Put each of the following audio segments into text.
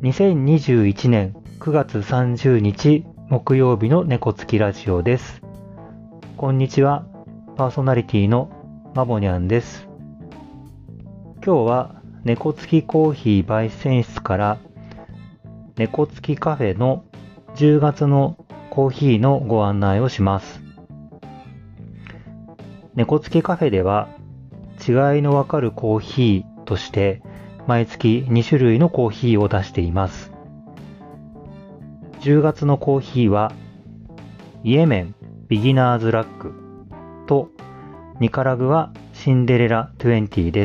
2021年9月30日木曜日の猫つきラジオです。こんにちは、パーソナリティのまぼにゃんです。今日は猫つきコーヒー焙煎室から猫つきカフェの10月のコーヒーのご案内をします。猫つきカフェでは違いのわかるコーヒーとして毎月2種類のコーヒーを出しています。10月のコーヒーはイエメンビギナーズラックとニカラグアシンデレラ20です。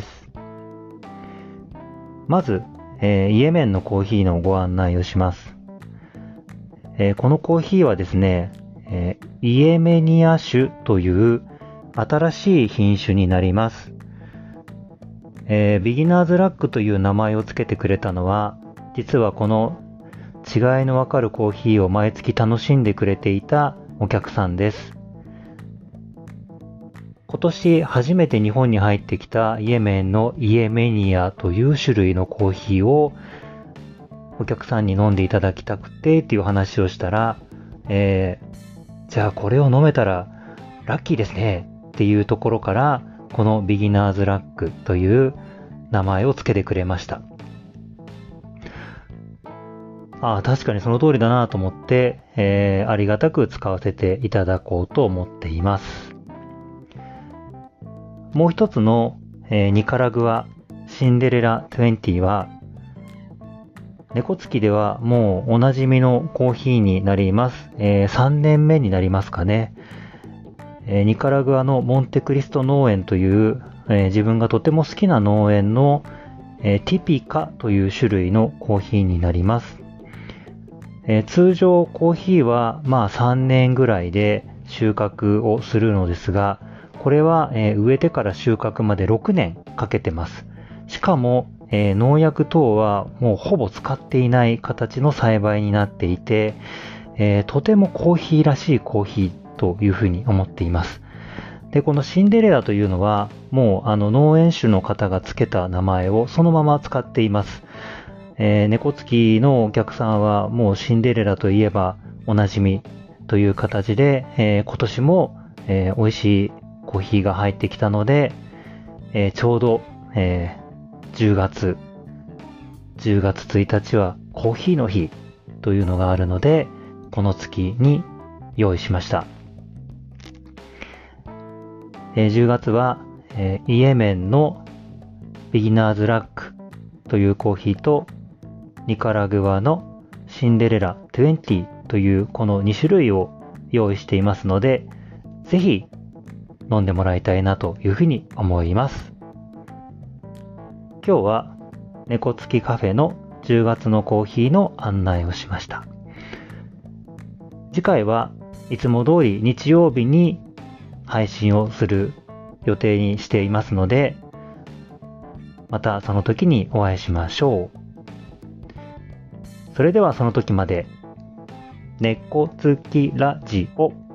まず、イエメンのコーヒーのご案内をします。このコーヒーはですね、イエメニア種という新しい品種になります。ビギナーズラックという名前をつけてくれたのは、実はこの違いのわかるコーヒーを毎月楽しんでくれていたお客さんです。今年初めて日本に入ってきたイエメンのイエメニアという種類のコーヒーをお客さんに飲んでいただきたくてっていう話をしたら、じゃあこれを飲めたらラッキーですねっていうところからこのビギナーズラックという名前をつけてくれました。確かにその通りだなと思って、ありがたく使わせていただこうと思っています。もう一つの、ニカラグアシンデレラ20は猫つきではもうおなじみのコーヒーになります。3年目になりますかね。ニカラグアのモンテクリスト農園という、自分がとても好きな農園の、ティピカという種類のコーヒーになります。通常コーヒーは3年ぐらいで収穫をするのですが、これは、植えてから収穫まで6年かけてます。しかも、農薬等はもうほぼ使っていない形の栽培になっていて、とてもコーヒーらしいコーヒーというふうに思っています。で、このシンデレラというのはもう農園主の方がつけた名前をそのまま使っています。猫つきのお客さんはもうシンデレラといえばおなじみという形で、今年も、美味しいコーヒーが入ってきたので、ちょうど、10月1日はコーヒーの日というのがあるので、この月に用意しました。10月は、イエメンのビギナーズラックというコーヒーとニカラグアのシンデレラ20というこの2種類を用意していますので、ぜひ飲んでもらいたいなというふうに思います。今日は猫つきカフェの10月のコーヒーの案内をしました。次回はいつも通り日曜日に配信をする予定にしていますので、またその時にお会いしましょう。それではその時まで、猫つきラジオ。